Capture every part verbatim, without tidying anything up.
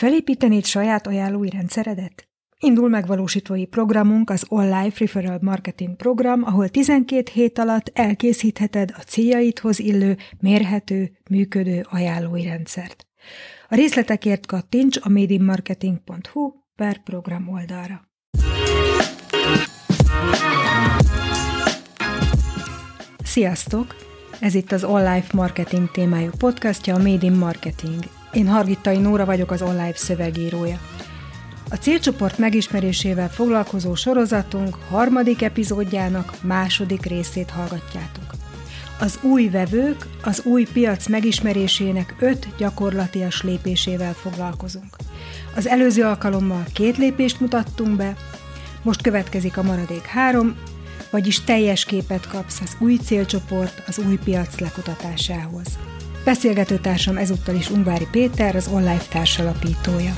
Felépítenéd saját ajánlói rendszeredet? Indul megvalósítói programunk, az All Life Referral Marketing program, ahol tizenkét hét alatt elkészítheted a céljaidhoz illő, mérhető, működő ajánlói rendszert. A részletekért kattints a madeinmarketing pont hu per program oldalra. Sziasztok! Ez itt az All Life Marketing témájú podcastja, a Made in Marketing. Én Hargittai Nóra vagyok, az All Life szövegírója. A célcsoport megismerésével foglalkozó sorozatunk harmadik epizódjának második részét hallgatjátok. Az új vevők, az új piac megismerésének öt gyakorlatias lépésével foglalkozunk. Az előző alkalommal két lépést mutattunk be, most következik a maradék három, vagyis teljes képet kapsz az új célcsoport, az új piac lekutatásához. Beszélgetőtársam ezúttal is Ungvári Péter, az All Life társalapítója.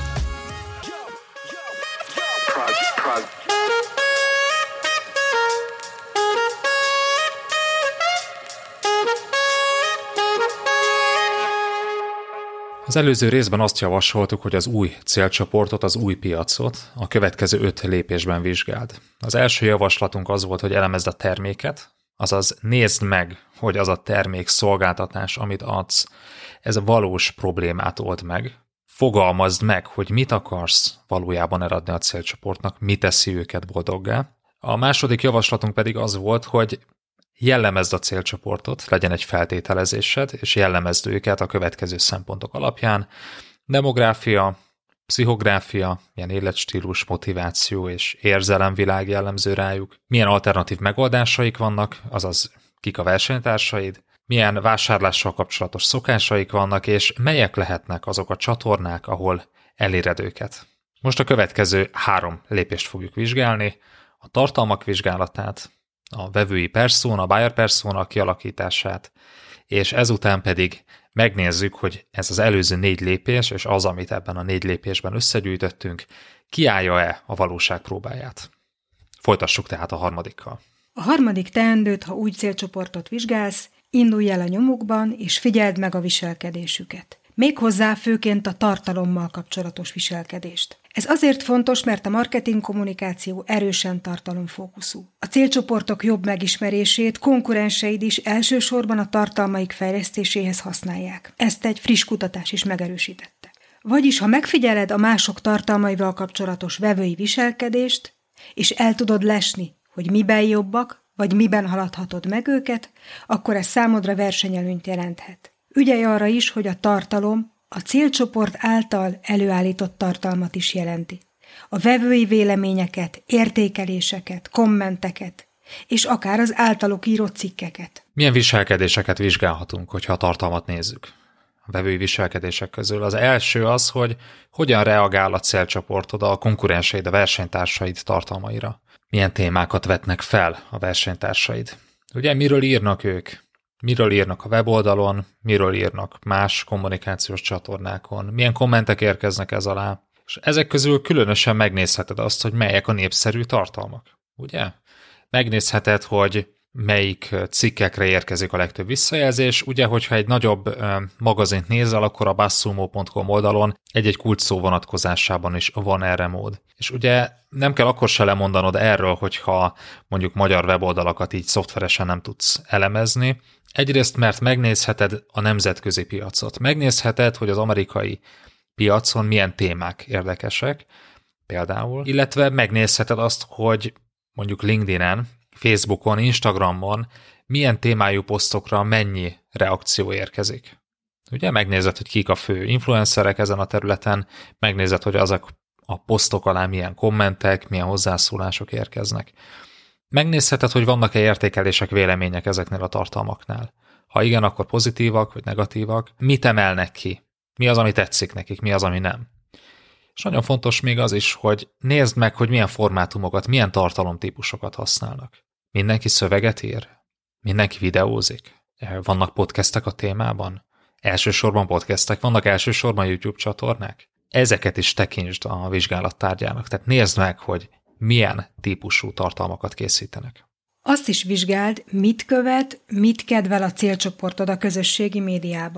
Az előző részben azt javasoltuk, hogy az új célcsoportot, az új piacot a következő öt lépésben vizsgáld. Az első javaslatunk az volt, hogy elemezd a terméket, azaz nézd meg, hogy az a termék, szolgáltatás, amit adsz, ez a valós problémát old meg. Fogalmazd meg, hogy mit akarsz valójában eladni a célcsoportnak, mi teszi őket boldoggá. A második javaslatunk pedig az volt, hogy jellemezd a célcsoportot, legyen egy feltételezésed, és jellemezd őket a következő szempontok alapján. Demográfia, pszichográfia, milyen életstílus, motiváció és érzelemvilág jellemző rájuk, milyen alternatív megoldásaik vannak, azaz kik a versenytársaid, milyen vásárlással kapcsolatos szokásaik vannak, és melyek lehetnek azok a csatornák, ahol eléred őket. Most a következő három lépést fogjuk vizsgálni, a tartalmak vizsgálatát, a vevői persona, a buyer persona kialakítását, és ezután pedig megnézzük, hogy ez az előző négy lépés, és az, amit ebben a négy lépésben összegyűjtöttünk, kiállja-e a valóság próbáját. Folytassuk tehát a harmadikkal. A harmadik teendőt, ha új célcsoportot vizsgálsz, indulj el a nyomukban, és figyeld meg a viselkedésüket. Méghozzá főként a tartalommal kapcsolatos viselkedést. Ez azért fontos, mert a marketing kommunikáció erősen tartalomfókuszú. A célcsoportok jobb megismerését konkurenseid is elsősorban a tartalmaik fejlesztéséhez használják. Ezt egy friss kutatás is megerősítette. Vagyis, ha megfigyeled a mások tartalmaival kapcsolatos vevői viselkedést, és el tudod lesni, hogy miben jobbak, vagy miben haladhatod meg őket, akkor ez számodra versenyelőnyt jelenthet. Ügyelj arra is, hogy a tartalom a célcsoport által előállított tartalmat is jelenti. A vevői véleményeket, értékeléseket, kommenteket, és akár az általuk írott cikkeket. Milyen viselkedéseket vizsgálhatunk, hogyha a tartalmat nézzük? A vevői viselkedések közül az első az, hogy hogyan reagál a célcsoportod a konkurenseid, a versenytársaid tartalmaira. Milyen témákat vetnek fel a versenytársaid. Ugye miről írnak ők? Miről írnak a weboldalon, miről írnak más kommunikációs csatornákon, milyen kommentek érkeznek ez alá. És ezek közül különösen megnézheted azt, hogy melyek a népszerű tartalmak. Ugye? Megnézheted, hogy melyik cikkekre érkezik a legtöbb visszajelzés. Ugye, hogyha egy nagyobb ö, magazint nézel, akkor a buzzsumo pont com oldalon egy-egy kulcsszó vonatkozásában is van erre mód. És ugye nem kell akkor se lemondanod erről, hogyha mondjuk magyar weboldalakat így szoftveresen nem tudsz elemezni. Egyrészt, mert megnézheted a nemzetközi piacot. Megnézheted, hogy az amerikai piacon milyen témák érdekesek, például, illetve megnézheted azt, hogy mondjuk LinkedIn-en, Facebookon, Instagramon milyen témájú posztokra mennyi reakció érkezik. Ugye megnézed, hogy kik a fő influencerek ezen a területen, megnézed, hogy azok a posztok alá milyen kommentek, milyen hozzászólások érkeznek. Megnézheted, hogy vannak-e értékelések, vélemények ezeknél a tartalmaknál. Ha igen, akkor pozitívak vagy negatívak. Mit emelnek ki? Mi az, ami tetszik nekik, mi az, ami nem? És nagyon fontos még az is, hogy nézd meg, hogy milyen formátumokat, milyen tartalomtípusokat használnak. Mindenki szöveget ír? Mindenki videózik? Vannak podcastek a témában? Elsősorban podcastek, vannak elsősorban YouTube csatornák? Ezeket is tekintsd a vizsgálat tárgyának. Tehát nézd meg, hogy milyen típusú tartalmakat készítenek. Azt is vizsgáld, mit követ, mit kedvel a célcsoportod a közösségi médiában.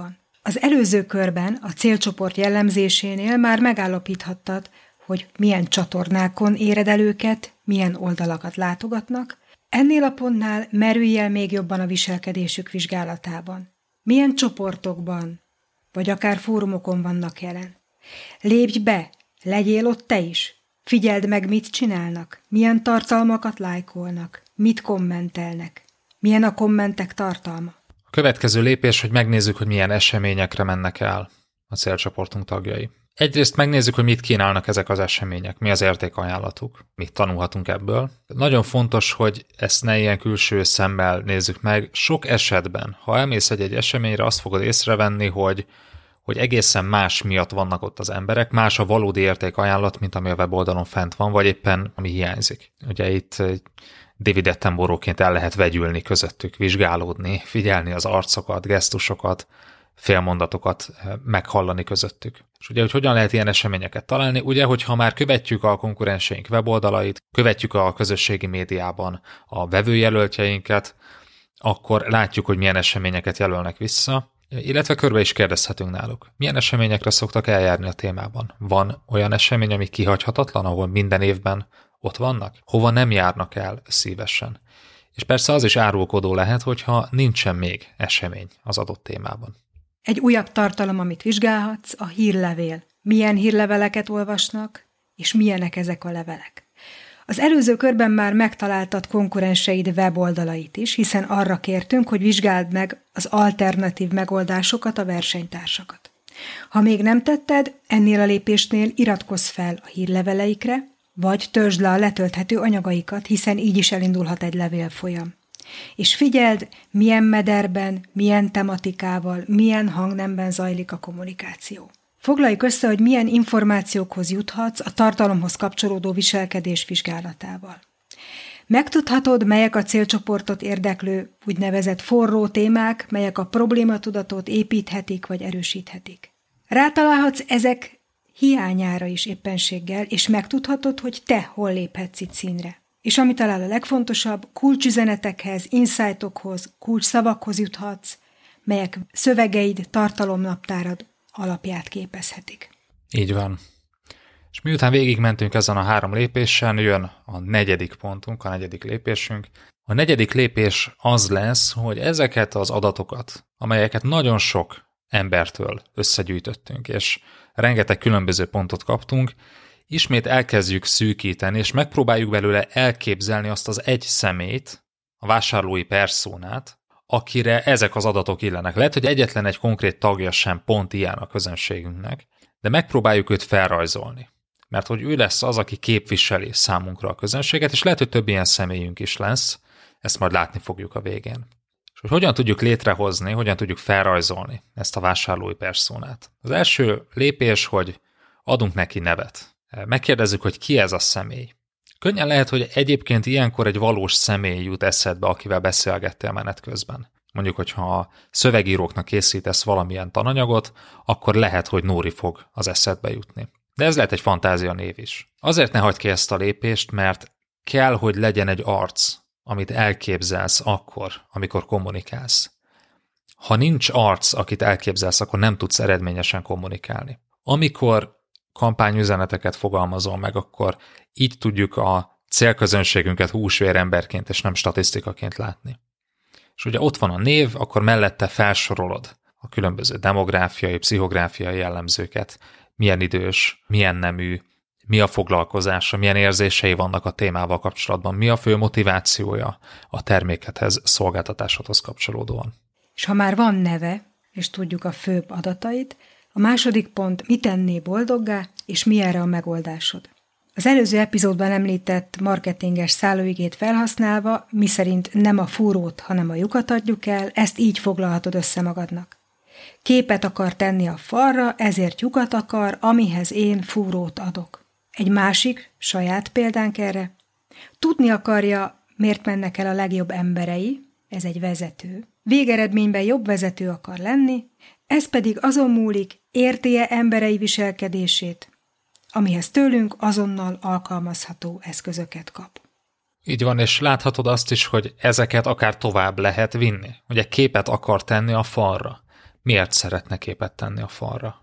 Az előző körben a célcsoport jellemzésénél már megállapíthattad, hogy milyen csatornákon éred el őket, milyen oldalakat látogatnak, ennél a pontnál merülj el még jobban a viselkedésük vizsgálatában. Milyen csoportokban, vagy akár fórumokon vannak jelen. Lépj be, legyél ott te is. Figyeld meg, mit csinálnak, milyen tartalmakat lájkolnak, mit kommentelnek, milyen a kommentek tartalma. A következő lépés, hogy megnézzük, hogy milyen eseményekre mennek el a célcsoportunk tagjai. Egyrészt megnézzük, hogy mit kínálnak ezek az események, mi az értékajánlatuk, mit tanulhatunk ebből. Nagyon fontos, hogy ezt ne ilyen külső szemmel nézzük meg. Sok esetben, ha elmész egy-egy eseményre, azt fogod észrevenni, hogy, hogy egészen más miatt vannak ott az emberek, más a valódi értékajánlat, mint ami a weboldalon fent van, vagy éppen ami hiányzik. Ugye itt David Attenborough-ként el lehet vegyülni közöttük, vizsgálódni, figyelni az arcokat, gesztusokat, félmondatokat meghallani közöttük. És ugye, hogy hogyan lehet ilyen eseményeket találni? Ugye, hogyha már követjük a konkurenseink weboldalait, követjük a közösségi médiában a vevőjelöltjeinket, akkor látjuk, hogy milyen eseményeket jelölnek vissza, illetve körbe is kérdezhetünk náluk. Milyen eseményekre szoktak eljárni a témában? Van olyan esemény, ami kihagyhatatlan, ahol minden évben ott vannak? Hova nem járnak el szívesen? És persze az is árulkodó lehet, hogyha nincsen még esemény az adott témában. Egy újabb tartalom, amit vizsgálhatsz, a hírlevél. Milyen hírleveleket olvasnak, és milyenek ezek a levelek. Az előző körben már megtaláltad konkurenseid weboldalait is, hiszen arra kértünk, hogy vizsgáld meg az alternatív megoldásokat, a versenytársakat. Ha még nem tetted, ennél a lépésnél iratkozz fel a hírleveleikre, vagy töltsd le a letölthető anyagaikat, hiszen így is elindulhat egy levélfolyam. És figyeld, milyen mederben, milyen tematikával, milyen hangnemben zajlik a kommunikáció. Foglaljuk össze, hogy milyen információkhoz juthatsz a tartalomhoz kapcsolódó viselkedés vizsgálatával. Megtudhatod, melyek a célcsoportot érdeklő úgynevezett forró témák, melyek a problématudatot építhetik vagy erősíthetik. Rátalálhatsz ezek hiányára is éppenséggel, és megtudhatod, hogy te hol léphetsz itt színre. És ami talán a legfontosabb, kulcsüzenetekhez, insightokhoz, kulcsszavakhoz juthatsz, melyek szövegeid, tartalomnaptárad alapját képezhetik. Így van. És miután végigmentünk ezen a három lépésen, jön a negyedik pontunk, a negyedik lépésünk. A negyedik lépés az lesz, hogy ezeket az adatokat, amelyeket nagyon sok embertől összegyűjtöttünk, és rengeteg különböző pontot kaptunk, ismét elkezdjük szűkíteni, és megpróbáljuk belőle elképzelni azt az egy személyt, a vásárlói perszónát, akire ezek az adatok illenek. Lehet, hogy egyetlen egy konkrét tagja sem pont ilyen a közönségünknek, de megpróbáljuk őt felrajzolni. Mert hogy ő lesz az, aki képviseli számunkra a közönséget, és lehet, hogy több ilyen személyünk is lesz, ezt majd látni fogjuk a végén. És hogy hogyan tudjuk létrehozni, hogyan tudjuk felrajzolni ezt a vásárlói perszónát. Az első lépés, hogy adunk neki nevet. Megkérdezzük, hogy ki ez a személy. Könnyen lehet, hogy egyébként ilyenkor egy valós személy jut eszedbe, akivel beszélgettél menet közben. Mondjuk, hogyha szövegíróknak készítesz valamilyen tananyagot, akkor lehet, hogy Nóri fog az eszedbe jutni. De ez lehet egy fantázia név is. Azért ne hagyd ki ezt a lépést, mert kell, hogy legyen egy arc, amit elképzelsz akkor, amikor kommunikálsz. Ha nincs arc, akit elképzelsz, akkor nem tudsz eredményesen kommunikálni. Amikor kampányüzeneteket fogalmazol meg, akkor így tudjuk a célközönségünket húsvéremberként és nem statisztikaként látni. És ugye ott van a név, akkor mellette felsorolod a különböző demográfiai, pszichográfiai jellemzőket, milyen idős, milyen nemű, mi a foglalkozása, milyen érzései vannak a témával kapcsolatban, mi a fő motivációja a termékethez, szolgáltatásodhoz kapcsolódóan. És ha már van neve, és tudjuk a főbb adatait, a második pont, mit tenné boldoggá, és mi erre a megoldásod. Az előző epizódban említett marketinges szállóigét felhasználva, miszerint nem a fúrót, hanem a lyukat adjuk el, ezt így foglalhatod össze magadnak. Képet akar tenni a falra, ezért lyukat akar, amihez én fúrót adok. Egy másik, saját példánk erre. Tudni akarja, miért mennek el a legjobb emberei, ez egy vezető. Végeredményben jobb vezető akar lenni, ez pedig azon múlik, érti-e emberei viselkedését, amihez tőlünk azonnal alkalmazható eszközöket kap. Így van, és láthatod azt is, hogy ezeket akár tovább lehet vinni. Ugye képet akar tenni a falra. miért szeretne képet tenni a falra?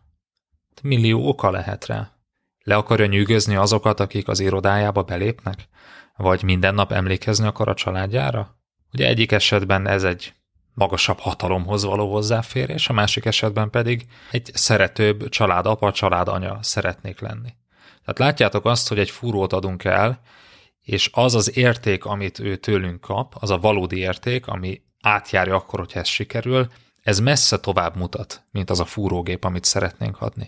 Millió oka lehet rá. Le akarja nyűgözni azokat, akik az irodájába belépnek? Vagy minden nap emlékezni akar a családjára? Ugye egyik esetben ez egy magasabb hatalomhoz való hozzáférés, a másik esetben pedig egy szeretőbb családapa, családanya szeretnék lenni. Tehát látjátok azt, hogy egy fúrót adunk el, és az az érték, amit ő tőlünk kap, az a valódi érték, ami átjárja akkor, hogyha ez sikerül, ez messze tovább mutat, mint az a fúrógép, amit szeretnénk adni.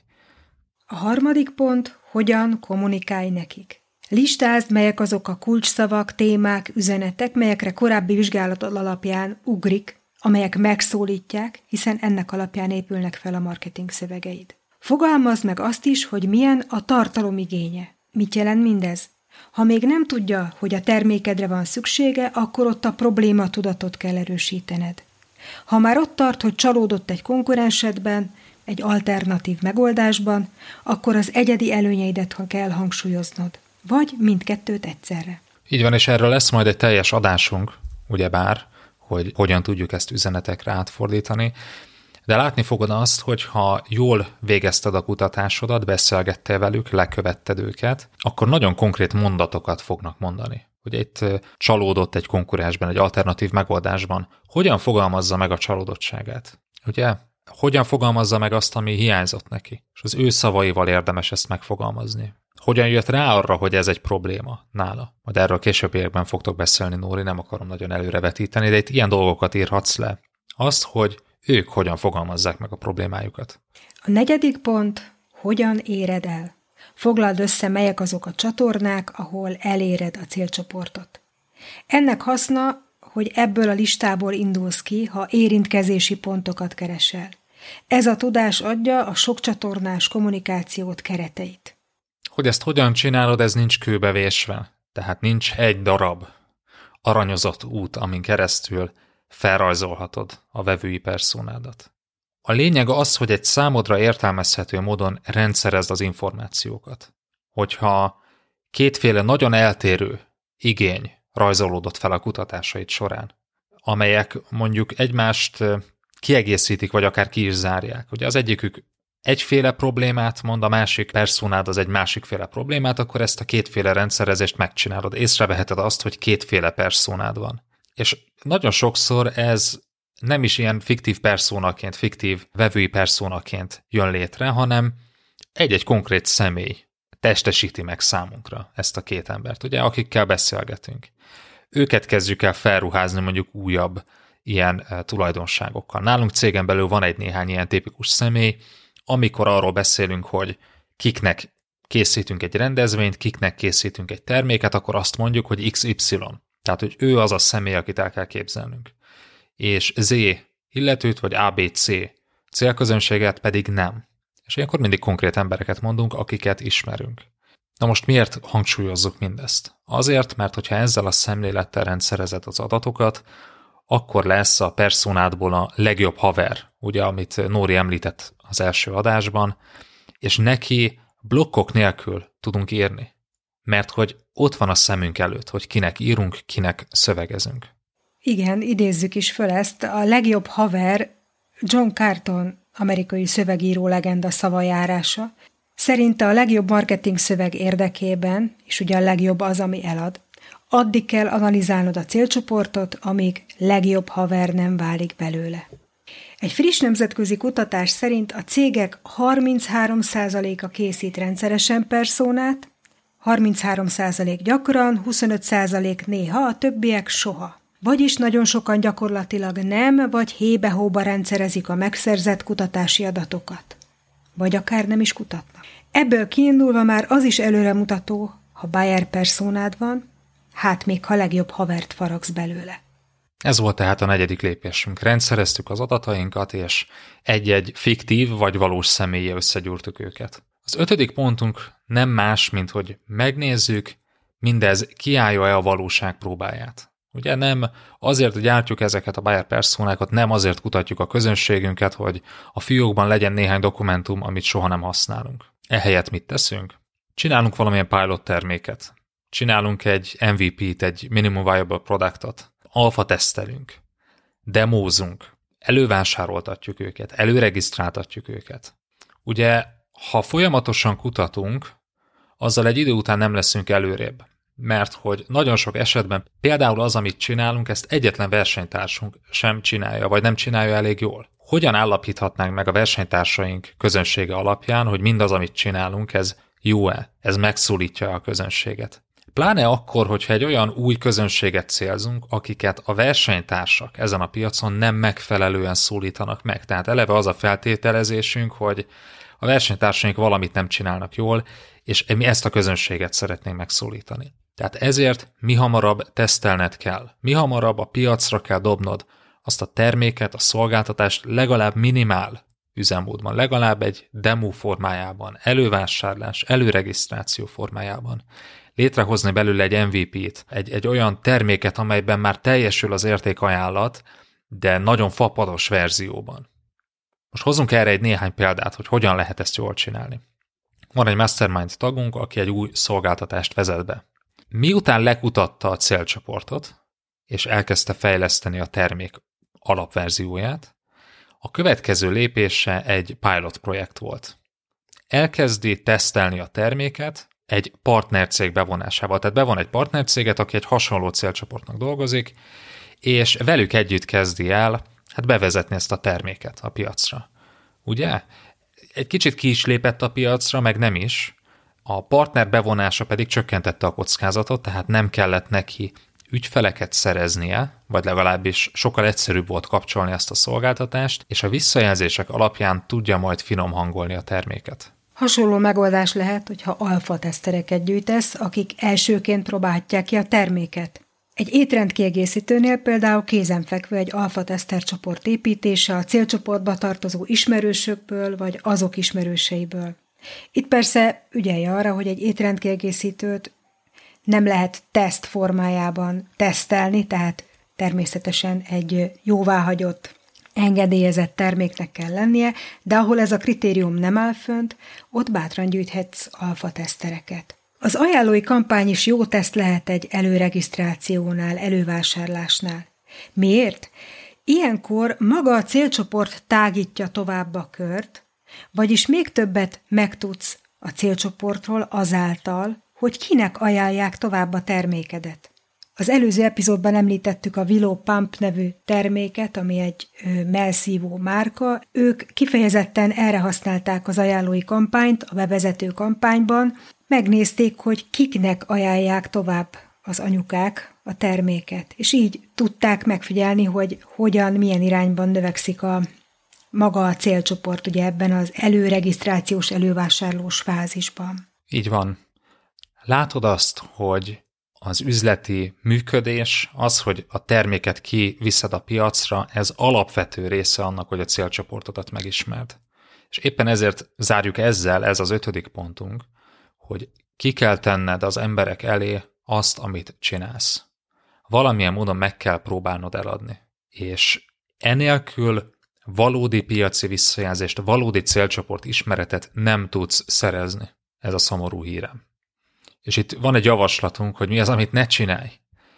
A harmadik pont, hogyan kommunikálj nekik. Listázd, melyek azok a kulcsszavak, témák, üzenetek, melyekre korábbi vizsgálatod alapján ugrik, amelyek megszólítják, hiszen ennek alapján épülnek fel a marketing szövegeid. Fogalmazd meg azt is, hogy milyen a tartalom igénye. Mit jelent mindez? Ha még nem tudja, hogy a termékedre van szüksége, akkor ott a probléma tudatot kell erősítened. Ha már ott tart, hogy csalódott egy konkurensedben, egy alternatív megoldásban, akkor az egyedi előnyeidet kell hangsúlyoznod. Vagy mindkettőt egyszerre. Így van, és erről lesz majd egy teljes adásunk, ugyebár, hogy hogyan tudjuk ezt üzenetekre átfordítani. De látni fogod azt, hogy ha jól végezted a kutatásodat, beszélgettél velük, lekövetted őket, akkor nagyon konkrét mondatokat fognak mondani. Ugye itt csalódott egy konkurensben, egy alternatív megoldásban. Hogyan fogalmazza meg a csalódottságát? Ugye? Hogyan fogalmazza meg azt, ami hiányzott neki? És az ő szavaival érdemes ezt megfogalmazni. Hogyan jött rá arra, hogy ez egy probléma nála? Majd erről későbbiekben fogtok beszélni, Nóri, nem akarom nagyon előrevetíteni, de itt ilyen dolgokat írhatsz le. Azt, hogy ők hogyan fogalmazzák meg a problémájukat. A negyedik pont, hogyan éred el. Foglald össze, melyek azok a csatornák, ahol eléred a célcsoportot. Ennek haszna, hogy ebből a listából indulsz ki, ha érintkezési pontokat keresel. Ez a tudás adja a sokcsatornás kommunikációt kereteit. Hogy ezt hogyan csinálod, ez nincs kőbevésve. Tehát nincs egy darab aranyozott út, amin keresztül felrajzolhatod a vevői perszónádat. A lényeg az, hogy egy számodra értelmezhető módon rendszerezd az információkat. Hogyha kétféle nagyon eltérő igény rajzolódott fel a kutatásaid során, amelyek mondjuk egymást kiegészítik, vagy akár ki is zárják. Ugye az egyikük egyféle problémát mond, a másik perszónád az egy másikféle problémát, akkor ezt a kétféle rendszerezést megcsinálod. Észreveheted azt, hogy kétféle perszónád van. És nagyon sokszor ez nem is ilyen fiktív perszónaként, fiktív vevői perszónaként jön létre, hanem egy-egy konkrét személy testesíti meg számunkra ezt a két embert, ugye, akikkel beszélgetünk. Őket kezdjük el felruházni mondjuk újabb ilyen tulajdonságokkal. Nálunk cégen belül van egy néhány ilyen tipikus személy, amikor arról beszélünk, hogy kiknek készítünk egy rendezvényt, kiknek készítünk egy terméket, akkor azt mondjuk, hogy iksz ipszilon. Tehát, hogy ő az a személy, akit el kell képzelnünk. És Z illetőt, vagy á bé cé célközönséget pedig nem. És ilyenkor mindig konkrét embereket mondunk, akiket ismerünk. Na most miért hangsúlyozzuk mindezt? Azért, mert hogyha ezzel a szemlélettel rendszerezed az adatokat, akkor lesz a perszónádból a legjobb haver, ugye, amit Nóri említett az első adásban, és neki blokkok nélkül tudunk írni. Mert hogy ott van a szemünk előtt, hogy kinek írunk, kinek szövegezünk. Igen, idézzük is föl ezt. A legjobb haver John Carton, amerikai szövegíró legenda szavajárása. Szerinte a legjobb marketing szöveg érdekében, és ugye a legjobb az, ami elad, addig kell analizálnod a célcsoportot, amíg legjobb haver nem válik belőle. Egy friss nemzetközi kutatás szerint a cégek harminchárom százaléka készít rendszeresen perszónát, harminchárom százalék gyakran, huszonöt százalék néha, a többiek soha. Vagyis nagyon sokan gyakorlatilag nem, vagy hébe-hóba rendszerezik a megszerzett kutatási adatokat. Vagy akár nem is kutatnak. Ebből kiindulva már az is előremutató, ha buyer perszónád van, hát még ha legjobb havert faragsz belőle. Ez volt tehát a negyedik lépésünk. Rendszereztük az adatainkat, és egy-egy fiktív vagy valós személlyé összegyúrtuk őket. Az ötödik pontunk nem más, mint hogy megnézzük, mindez kiállja-e a valóság próbáját. Ugye nem azért gyártjuk ezeket a buyer personákat, nem azért kutatjuk a közönségünket, hogy a fiókban legyen néhány dokumentum, amit soha nem használunk. Ehelyett mit teszünk? Csinálunk valamilyen pilot terméket. Csinálunk egy em vé pét, egy minimum viable productot. Alfa tesztelünk. Demózunk. elővásároltatjuk őket, előregisztráltatjuk őket. Ugye, ha folyamatosan kutatunk, azzal egy idő után nem leszünk előrébb. Mert hogy nagyon sok esetben például az, amit csinálunk, ezt egyetlen versenytársunk sem csinálja, vagy nem csinálja elég jól. Hogyan állapíthatnánk meg a versenytársaink közönsége alapján, hogy mindaz, amit csinálunk, ez jó-e, ez megszólítja a közönséget? Pláne akkor, hogyha egy olyan új közönséget célzunk, akiket a versenytársak ezen a piacon nem megfelelően szólítanak meg. Tehát eleve az a feltételezésünk, hogy a versenytársaink valamit nem csinálnak jól, és mi ezt a közönséget szeretnénk megszólítani. Tehát ezért mi hamarabb tesztelned kell. Mi hamarabb a piacra kell dobnod azt a terméket, a szolgáltatást legalább minimál üzemmódban, legalább egy demo formájában, elővásárlás, előregisztráció formájában. Létrehozni belőle egy em vé pét, egy, egy olyan terméket, amelyben már teljesül az értékajánlat, de nagyon fapados verzióban. Most hozzunk erre egy néhány példát, hogy hogyan lehet ezt jól csinálni. Van egy mastermind tagunk, aki egy új szolgáltatást vezet be. Miután lekutatta a célcsoportot, és elkezdte fejleszteni a termék alapverzióját, a következő lépése egy pilot projekt volt. Elkezdi tesztelni a terméket egy partnercég bevonásával. Tehát bevon egy partnercéget, aki egy hasonló célcsoportnak dolgozik, és velük együtt kezdi el hát bevezetni ezt a terméket a piacra. Ugye? Egy kicsit ki is lépett a piacra, meg nem is. A partner bevonása pedig csökkentette a kockázatot, tehát nem kellett neki ügyfeleket szereznie, vagy legalábbis sokkal egyszerűbb volt kapcsolni ezt a szolgáltatást, és a visszajelzések alapján tudja majd finom hangolni a terméket. Hasonló megoldás lehet, hogyha alfa tesztereket gyűjtesz, akik elsőként próbálhatják ki a terméket. Egy étrendkiegészítőnél például kézenfekvő egy alfa teszter csoport építése a célcsoportba tartozó ismerősökből vagy azok ismerőseiből. Itt persze ügyelj arra, hogy egy étrendkiegészítőt nem lehet teszt formájában tesztelni, tehát természetesen egy jóváhagyott, engedélyezett terméknek kell lennie, de ahol ez a kritérium nem áll fönt, ott bátran gyűjthetsz alfa tesztereket. Az ajánlói kampány is jó teszt lehet egy előregisztrációnál, elővásárlásnál. Miért? Ilyenkor maga a célcsoport tágítja tovább a kört, vagyis még többet megtudsz a célcsoportról azáltal, hogy kinek ajánlják tovább a termékedet. Az előző epizódban említettük a Willow Pump nevű terméket, ami egy mellszívó márka. Ők kifejezetten erre használták az ajánlói kampányt, a bevezető kampányban. Megnézték, hogy kiknek ajánlják tovább az anyukák a terméket, és így tudták megfigyelni, hogy hogyan, milyen irányban növekszik a maga a célcsoport ugye ebben az előregisztrációs, elővásárlós fázisban. Így van. Látod azt, hogy az üzleti működés, az, hogy a terméket kiviszed a piacra, ez alapvető része annak, hogy a célcsoportodat megismerd. És éppen ezért zárjuk ezzel, ez az ötödik pontunk, hogy ki kell tenned az emberek elé azt, amit csinálsz. Valamilyen módon meg kell próbálnod eladni. És enélkül valódi piaci visszajelzést, valódi célcsoport ismeretet nem tudsz szerezni. Ez a szomorú hírem. És itt van egy javaslatunk, hogy mi az, amit ne csinálj.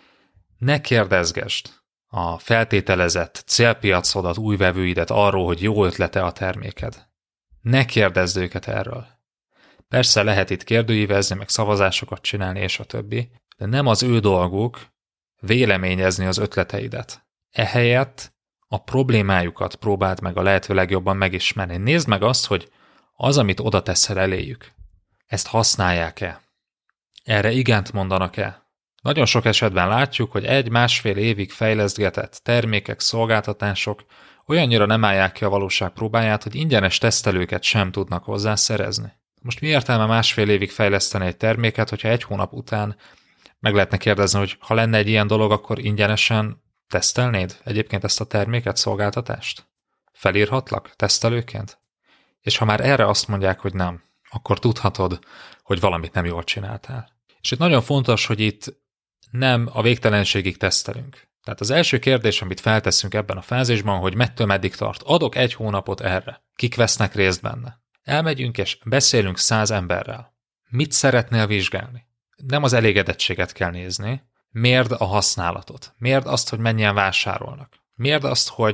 Ne kérdezgesd a feltételezett célpiacodat, új vevőidet arról, hogy jó ötlete a terméked. Ne kérdezd őket erről. Persze lehet itt kérdőívezni, meg szavazásokat csinálni, és a többi, de nem az ő dolguk véleményezni az ötleteidet. Ehelyett a problémájukat próbáld meg a lehető legjobban megismerni. Nézd meg azt, hogy az, amit oda teszel eléjük, ezt használják-e? Erre igent mondanak-e? Nagyon sok esetben látjuk, hogy egy-másfél évig fejlesztgetett termékek, szolgáltatások olyannyira nem állják ki a valóság próbáját, hogy ingyenes tesztelőket sem tudnak hozzá szerezni. Most mi értelme másfél évig fejleszteni egy terméket, hogyha egy hónap után meg lehetne kérdezni, hogy ha lenne egy ilyen dolog, akkor ingyenesen tesztelnéd egyébként ezt a terméket, szolgáltatást? Felírhatlak tesztelőként? És ha már erre azt mondják, hogy nem, akkor tudhatod, hogy valamit nem jól csináltál. És itt nagyon fontos, hogy itt nem a végtelenségig tesztelünk. Tehát az első kérdés, amit felteszünk ebben a fázisban, hogy mettől meddig tart. Adok egy hónapot erre. Kik vesznek részt benne? Elmegyünk és beszélünk száz emberrel. Mit szeretnél vizsgálni? Nem az elégedettséget kell nézni. Mérd a használatot. Mérd azt, hogy mennyien vásárolnak. Mérd azt, hogy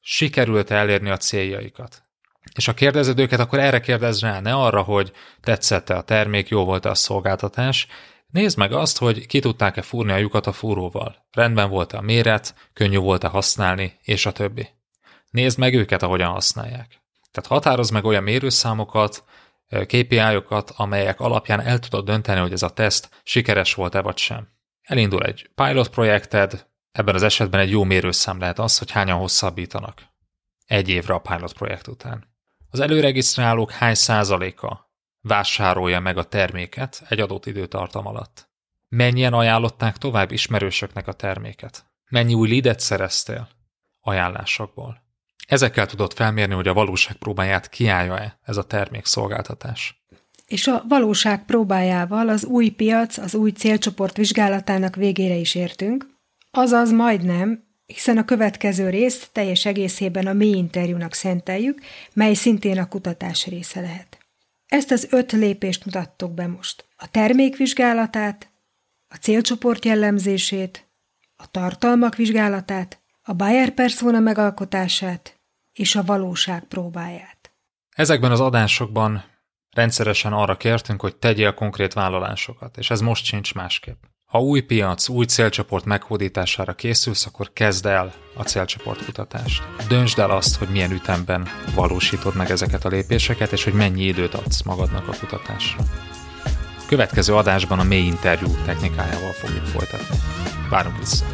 sikerült elérni a céljaikat. És ha kérdezed őket, akkor erre kérdezz rá, ne arra, hogy tetszett-e a termék, jó volt-e a szolgáltatás. Nézd meg azt, hogy ki tudták-e fúrni a lyukat a fúróval. Rendben volt-e a méret, könnyű volt-e használni, és a többi. Nézd meg őket, ahogyan használják. Tehát határozz meg olyan mérőszámokat, ká pé í-okat, amelyek alapján el tudod dönteni, hogy ez a teszt sikeres volt-e vagy sem. Elindul egy pilot projekted, ebben az esetben egy jó mérőszám lehet az, hogy hányan hosszabbítanak egy évre a pilot projekt után. Az előregisztrálók hány százaléka vásárolja meg a terméket egy adott időtartam alatt? Mennyien ajánlották tovább ismerősöknek a terméket? Mennyi új leadet szereztél ajánlásokból? Ezekkel tudod felmérni, hogy a valóság próbáját kiállja-e ez a termékszolgáltatás. És a valóság próbájával az új piac, az új célcsoport vizsgálatának végére is értünk, azaz majdnem, hiszen a következő részt teljes egészében a mély interjúnak szenteljük, mely szintén a kutatás része lehet. Ezt az öt lépést mutattuk be most. A termék vizsgálatát, a célcsoport jellemzését, a tartalmak vizsgálatát, a buyer persona megalkotását és a valóság próbáját. Ezekben az adásokban rendszeresen arra kértünk, hogy tegyél konkrét vállalásokat, és ez most sincs másképp. Ha új piac, új célcsoport meghódítására készülsz, akkor kezd el a célcsoportkutatást. Döntsd el azt, hogy milyen ütemben valósítod meg ezeket a lépéseket, és hogy mennyi időt adsz magadnak a kutatásra. A következő adásban a mély interjú technikájával fogjuk folytatni. Várunk vissza!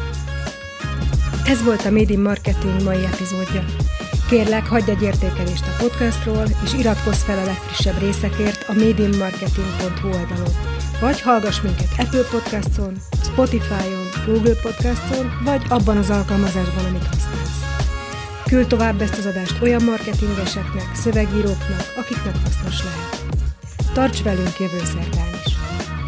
Ez volt a Made in Marketing mai epizódja. Kérlek, hagyj egy értékelést a podcastról, és iratkozz fel a legfrissebb részekért a made in marketing pont hu oldalon. Vagy hallgass minket Apple Podcaston, Spotify-on, Google Podcaston, vagy abban az alkalmazásban, amit használsz. Küld tovább ezt az adást olyan marketingeseknek, szövegíróknak, akiknek hasznos lehet. Tarts velünk jövő szerdán is!